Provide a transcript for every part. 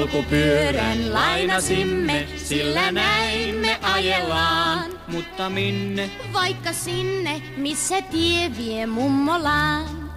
polkupyörän lainasimme, sillä näin me ajellaan. Mutta minne? Vaikka sinne, missä tie vie mummolaan.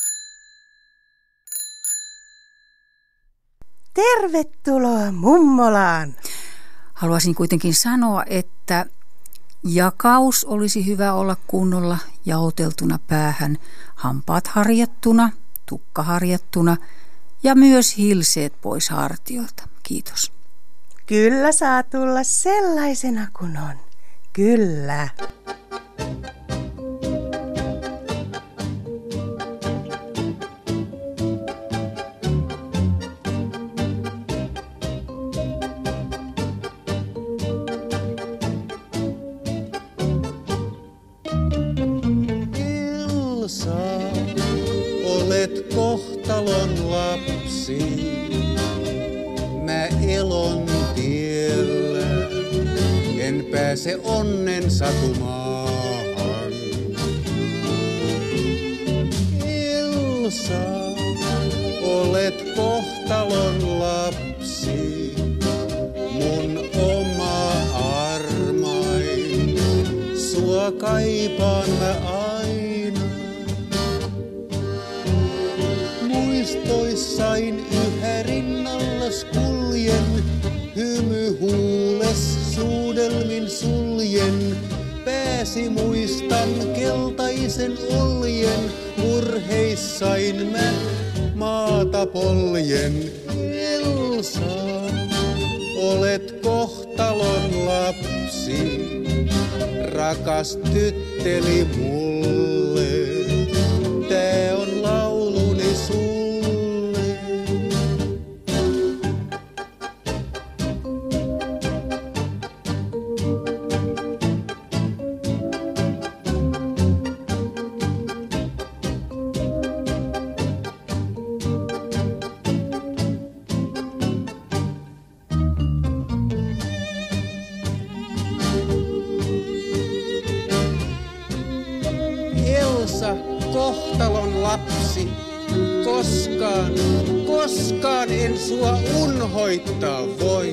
Tervetuloa mummolaan! Haluaisin kuitenkin sanoa, että jakaus olisi hyvä olla kunnolla jaoteltuna päähän, hampaat harjattuna, tukka harjattuna ja myös hilseet pois hartioilta. Kiitos. Kyllä saa tulla sellaisena kuin on. Kyllä. Olet kohtalon lapsi, mä elon tiellä, en pääse onnen satumaahan. Elsa, olet kohtalon lapsi, mun oma armain, sua kaipaan mä aina. Muistoissain yhä rinnallas kuljen, hymy huules suudelmin suljen. Pääsi muistan keltaisen oljen, murheissain mä maata poljen. Elsa, olet kohtalon lapsi, rakas tytteli mulle. Tää on lauluni sulle. Elsa, kohtalon lapsi, koskaan en sua unhoittaa voi.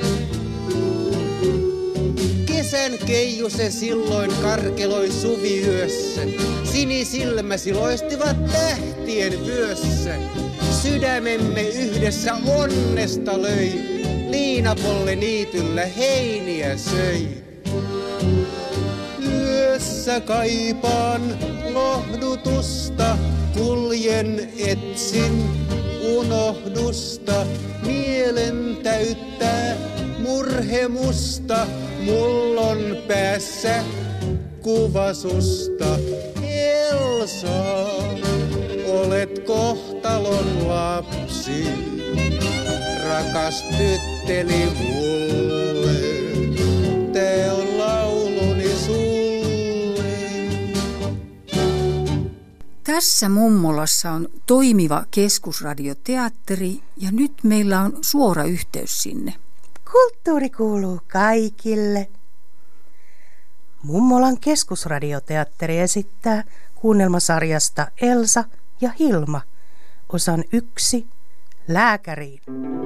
Kesän keiju se silloin karkeloi suviyössä, sinisilmäsi loistivat tähtien vyössä. Sydämemme yhdessä onnesta löi, liinapolle niityllä heiniä söi. Yössä kaipaan lohdutusta, kuljen etsin unohdusta. Mielen täyttää murhemusta, mullon päässä kuva susta. Elsa, olet kohtalon lapsi, rakas tytteli mulle. Tää on lauluni sulle. Tässä mummolassa on toimiva keskusradioteatteri ja nyt meillä on suora yhteys sinne. Kulttuuri kuuluu kaikille. Mummolan keskusradioteatteri esittää kuunnelmasarjasta Elsa ja Hilma, osan 1, lääkäriin.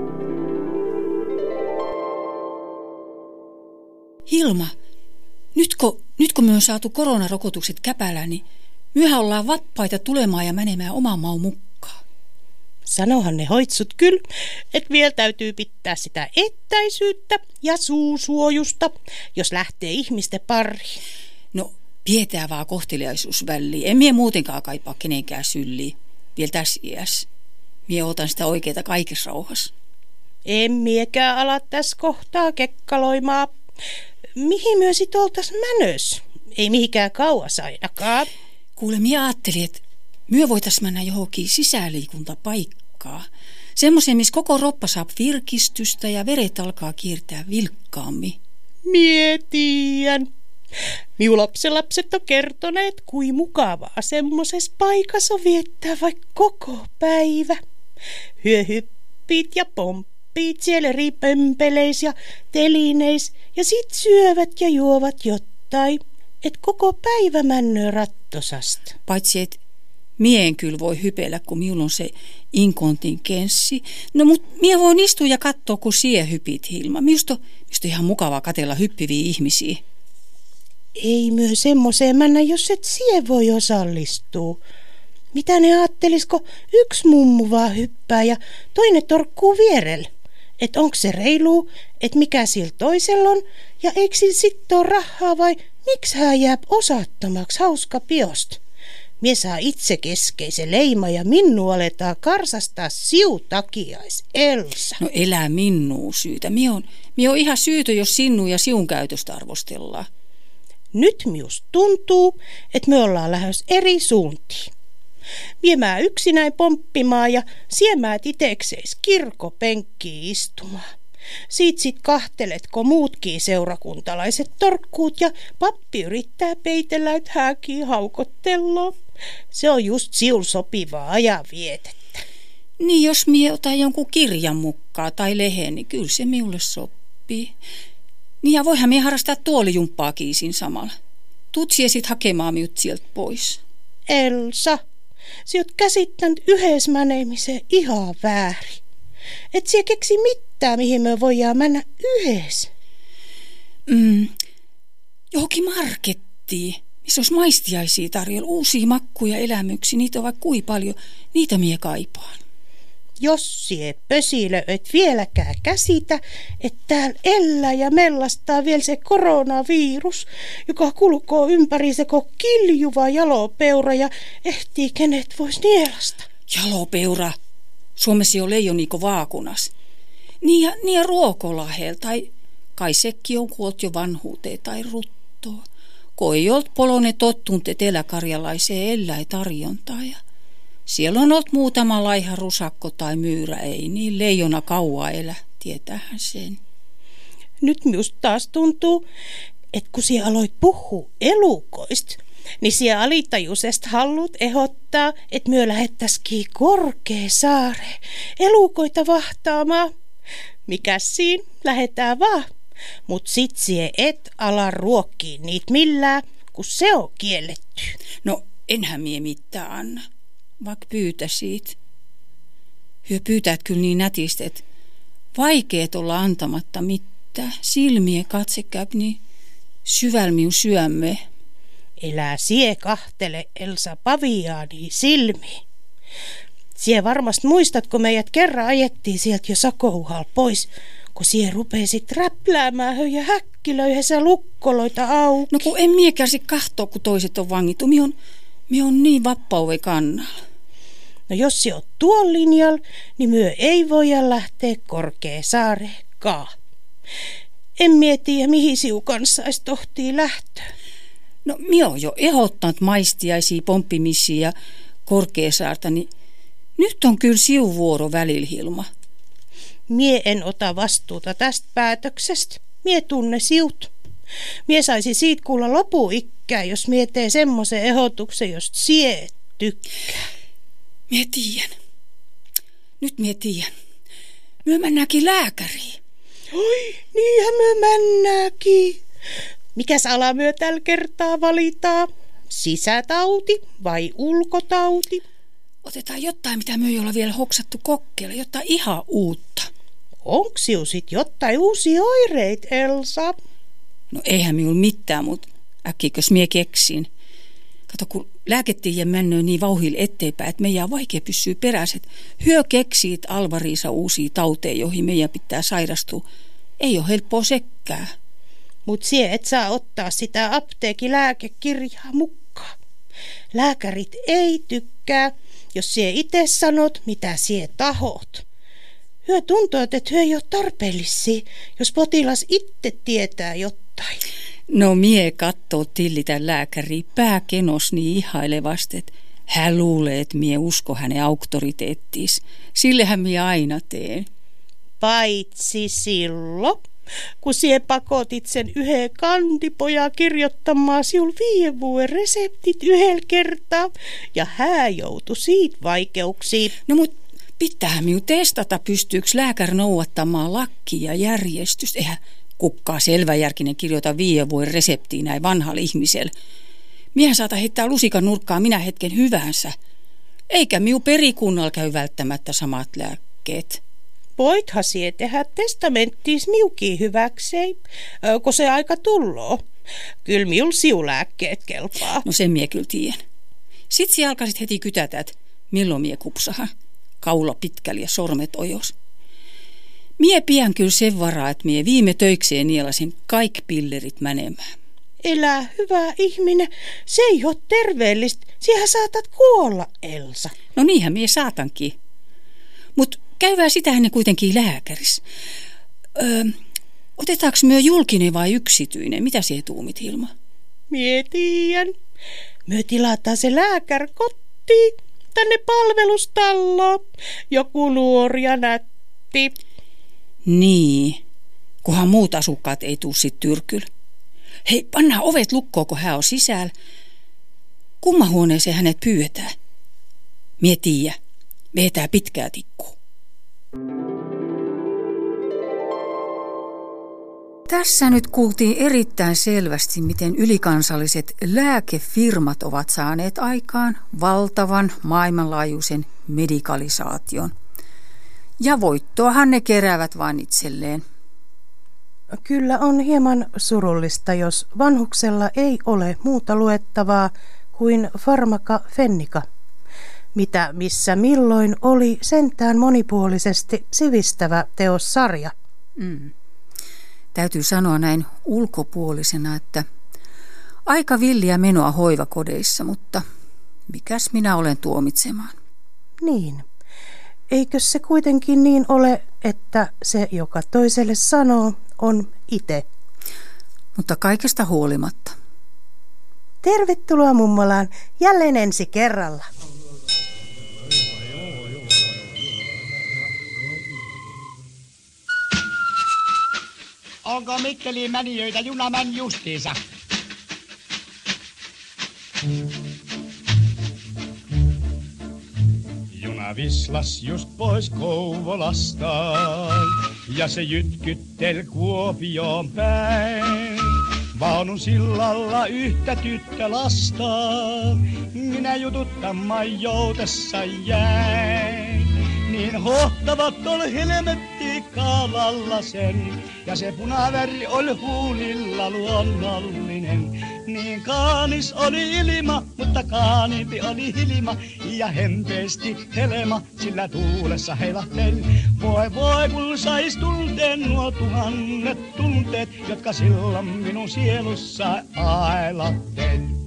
Hilma, nyt kun me on saatu koronarokotukset käpälään, niin myöhän ollaan vapaita tulemaan ja menemään oman maun mukaan. Sanohan ne hoitsut kyllä, että vielä täytyy pitää sitä etäisyyttä ja suusuojusta, jos lähtee ihmisten pariin. No, pidetään vaan kohteliaisuus väliin. En mie muutenkaan kaipaa kenenkään sylliin. Vielä tässä iässä. Mie otan sitä oikeeta kaikessa rauhassa. En miekään ala tässä kohtaa kekkaloimaa. Mihin myö sit oltais mänös? Ei mihinkään kauas ainakaan. Kuule, mie ajattelin, että myö voitais mennä johonkin sisäliikuntapaikkaa. Semmoisen, missä koko roppa saa virkistystä ja veret alkaa kiertää vilkkaammin. Mie tiedän. Miu lapsenlapset on kertoneet, kui mukavaa semmosessa paikassa on viettää vaikka koko päivä. Hyöhyppiit ja pomppiit siellä eri pömpeleissä ja telineis ja sit syövät ja juovat jotain, et koko päivä männöö rattosasta. Paitsi, et Mie en kyllä voi hypellä, kun minulla on se inkontingenssi. No mut mie voin istua ja katsoa, kun sie hypit, Hilma. Minusta on ihan mukavaa katsella hyppiviä ihmisiä. Ei myö semmoseen mennä, jos et sie voi osallistua. Mitä ne ajattelisko yksi mummu vaan hyppää ja toinen torkkuu vierelle? Et onko se reilu, että mikä sillä toisella on ja eikö sillä sitten ole rahaa vai miksi hän jää osattomaksi hauska piosta? Mie saa itse keskeisen leima ja minnu aletaan karsastaa siutakiais, Elsa. No elää minnuu syytä. Mie on ihan syytö, jos sinun ja siun käytöstä arvostellaan. Nyt miust tuntuu, että me ollaan lähes eri suuntiin. Viemään yksinäin pomppimaan ja siemäät itekseis kirkopenkkiin istumaan. Siitä sit kahteletko muutkin seurakuntalaiset torkkuut ja pappi yrittää peitellä, että hääkin haukotteloo. Se on just siul sopivaa ajanvietettä. Niin jos mie otan jonkun kirjan mukaan tai lehen, niin kyllä se minulle sopii. Niin ja voihan mie harrastaa tuolijumppaakin siinä samalla. Tuut sie sit hakemaan minut sieltä pois. Elsa, sä oot käsittänyt yhdessä menemiseen ihan väärin. Et sie keksi mitään, mihin me voidaan mennä yhdessä. Johonkin markettiin, missä olisi maistiaisia tarjolla, uusia makkuja, elämyksiä, niitä on vaikka kui paljon, niitä mie kaipaan. Jos sie pösilö et vieläkään käsitä, että täällä elää ja mellastaa vielä se koronavirus, joka kulkoo ympäri se kiljuva jalopeura ja ehtii kenet vois nielasta. Jalopeura? Suomessa on leijoniiko vaakunas. Niin ja Ruokolahel, tai kai sekin on kuollut jo vanhuuteen tai ruttoa. Kun ei ollut polone tottunut eteläkarjalaiseen eläintarjontaa ja siellä on ollut muutama laiha rusakko tai myyrä, ei niin leijona kauaa elä, tietäähän sen. Nyt minusta taas tuntuu, että kun sinä aloit puhua elukoista, niin sinä alitajuisesta haluat ehdottaa, että myö lähettäisikin Korkeasaareen elukoita vahtaamaan. Mikäs siinä? Lähetään vaan. Mut sit sie et ala ruokkiin niitä millään, kun se on kielletty. No enhän mie mitään anna, vaikka pyytäsit. Hyö pyytät kyllä niin nätistä, että vaikeet olla antamatta mitään. Silmien katse käy niin syvällä minun syömme. Elää sie kahtele Elsa Paviaani silmiin. Sie varmasti muistat, kun meidät kerran ajettiin sieltä jo Sakouhal pois, kun sie rupesit räpläämään ja häkkilöihin lukkoloita auki. No kun en mie kärsi kahtoo, kun toiset on vangittu. Mie on niin vappauve kannalla. No jos sie on tuolla linjalla, niin myö ei voida lähteä Korkeasaareenkaan. En mietiä, mihin siu kanssa edes tohtii lähtöä. No mie on jo ehdottanut maistiaisia, pomppimisia ja Korkeasaarta, niin nyt on kyllä siun vuoro välillä, Hilma. Mie en ota vastuuta tästä päätöksestä. Mie tunne siut. Mie saisi siitä kuulla lopuikkää, jos mie tee semmoisen ehdotuksen, josta sie tykkää. Mie tiedän. Nyt mie tiedän. Myö mennääkin lääkäriin. Oi, niinhän myö mennääkin. Mikäs ala myö tällä kertaa valitaan? Sisätauti vai ulkotauti? Otetaan jotain, mitä me ei olla vielä hoksattu kokkeilla, jotain ihan uutta. Onks siu sit jotain uusia oireita, Elsa? No eihän minulla mitään, mutta äkkikös mie keksin. Kato, kun lääketiede männöö niin vauhille eteenpäin, että meidän on vaikea pysyä perässä. Hyö keksiit Alvariisa uusia tauteja, joihin meidän pitää sairastua. Ei ole helppoa sekkää. Mut sie et saa ottaa sitä apteekin lääkekirjaa mukaan. Lääkärit ei tykkää, jos sie itse sanot, mitä sie tahot. Hyö tuntuu, että hyö ei ole tarpeellisia, jos potilas itse tietää jotain. No mie kattoo tillitä lääkäriä pääkenos niin ihailevasti, että hän luulee, että mie usko hänen auktoriteettiis. Sillehän mie aina teen. Paitsi silloin, kun sie pakotit sen yhden kandipojan kirjoittamaan siul 5 vuoden reseptit yhdellä kertaa, ja hää joutui siitä vaikeuksiin. No mut pitää minun testata, pystyykö lääkäri noudattamaan lakkia ja järjestystä. Eihän kukaan selväjärkinen kirjoita 5 vuoden reseptiin näin vanhalle ihmiselle. Miehän saata heittää lusikan nurkkaan minä hetken hyvänsä. Eikä miu perikunnalla käy välttämättä samat lääkkeet. Voithan sie tehdä testamenttiis miukin hyväksei, kun se aika tulloo. Kyllä miul siulääkkeet kelpaa. No sen mie kyllä tiedän. Sit sie alkaisit heti kytätä, että milloin mie kupsahan. Kaula pitkäli ja sormet ojos. Mie pian kyllä sen varaa, että mie viime töikseen nielasin kaikki pillerit menemään. Elää hyvä ihminen, se ei ole terveellistä. Siihen saatat kuolla, Elsa. No niinhän mie saatankin. Mut käyvää sitähän ne kuitenkin lääkärissä. Otetaanko myö julkinen vai yksityinen? Mitä sie tuumit, Hilma? Mie tiiän. Myö tilataan se lääkär kotiin, tänne palvelustalloon. Joku nuori ja nätti. Niin, kunhan muut asukkaat ei tuu sit tyrkyllä. Hei, pannaan ovet lukkoon, kun hän on sisällä. Kumman huoneeseen hänet pyydetään? Mie tiiä, vetää pitkää tikkua. Tässä nyt kuultiin erittäin selvästi, miten ylikansalliset lääkefirmat ovat saaneet aikaan valtavan maailmanlaajuisen medikalisaation. Ja voittoahan ne keräävät vain itselleen. Kyllä on hieman surullista, jos vanhuksella ei ole muuta luettavaa kuin farmaka fennika. Mitä missä milloin oli sentään monipuolisesti sivistävä teossarja. Täytyy sanoa näin ulkopuolisena, että aika villiä menoa hoivakodeissa, mutta mikäs minä olen tuomitsemaan? Niin. Eikö se kuitenkin niin ole, että se, joka toiselle sanoo, on itse? Mutta kaikesta huolimatta. Tervetuloa mummolaan jälleen ensi kerralla. Onko Mikkeliin mänijöitä? Juna män justiinsa. Juna vislas just pois Kouvolasta ja se jytkyttel Kuopioon päin. Vaunun sillalla yhtä tyttölasta minä jututtamaan joutessa jäin. Niin hohtavat ol helmetti kaavalla sen, ja se punaväri ol huulilla luonnollinen. Niin kaanis oli ilma, mutta kaanipi oli hilma, ja hempeesti helma, sillä tuulessa heilahteli. Voi voi, kun sais tunteen nuo tuhannet tunteet, jotka silloin minun sielussa ailahteli.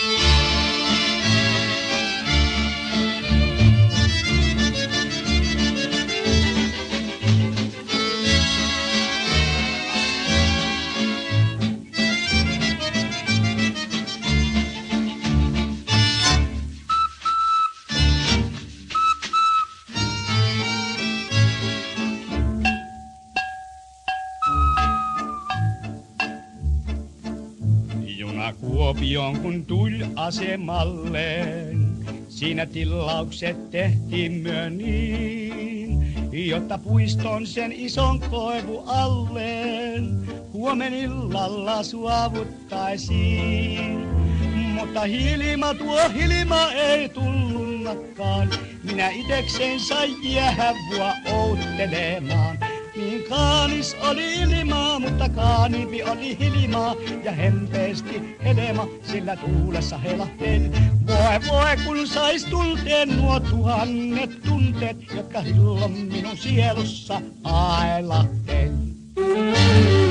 Kuopioon kun tuli asemalleen, siinä tilaukset tehtiin myö niin, jotta puiston sen ison koivu alleen huomenillalla suovuttaisiin. Mutta tuo hilma ei tullutkaan, minä itekseen sain jäädä vua outtelemaan. Niin kaanis oli ilmaa, mutta kaanipi oli hilmaa, ja hempeesti helema, sillä tuulessa heilahteli. Voi voi, kun sais tunteen nuo tuhannet tunteet, jotka silloin minun sielussa ailahteli.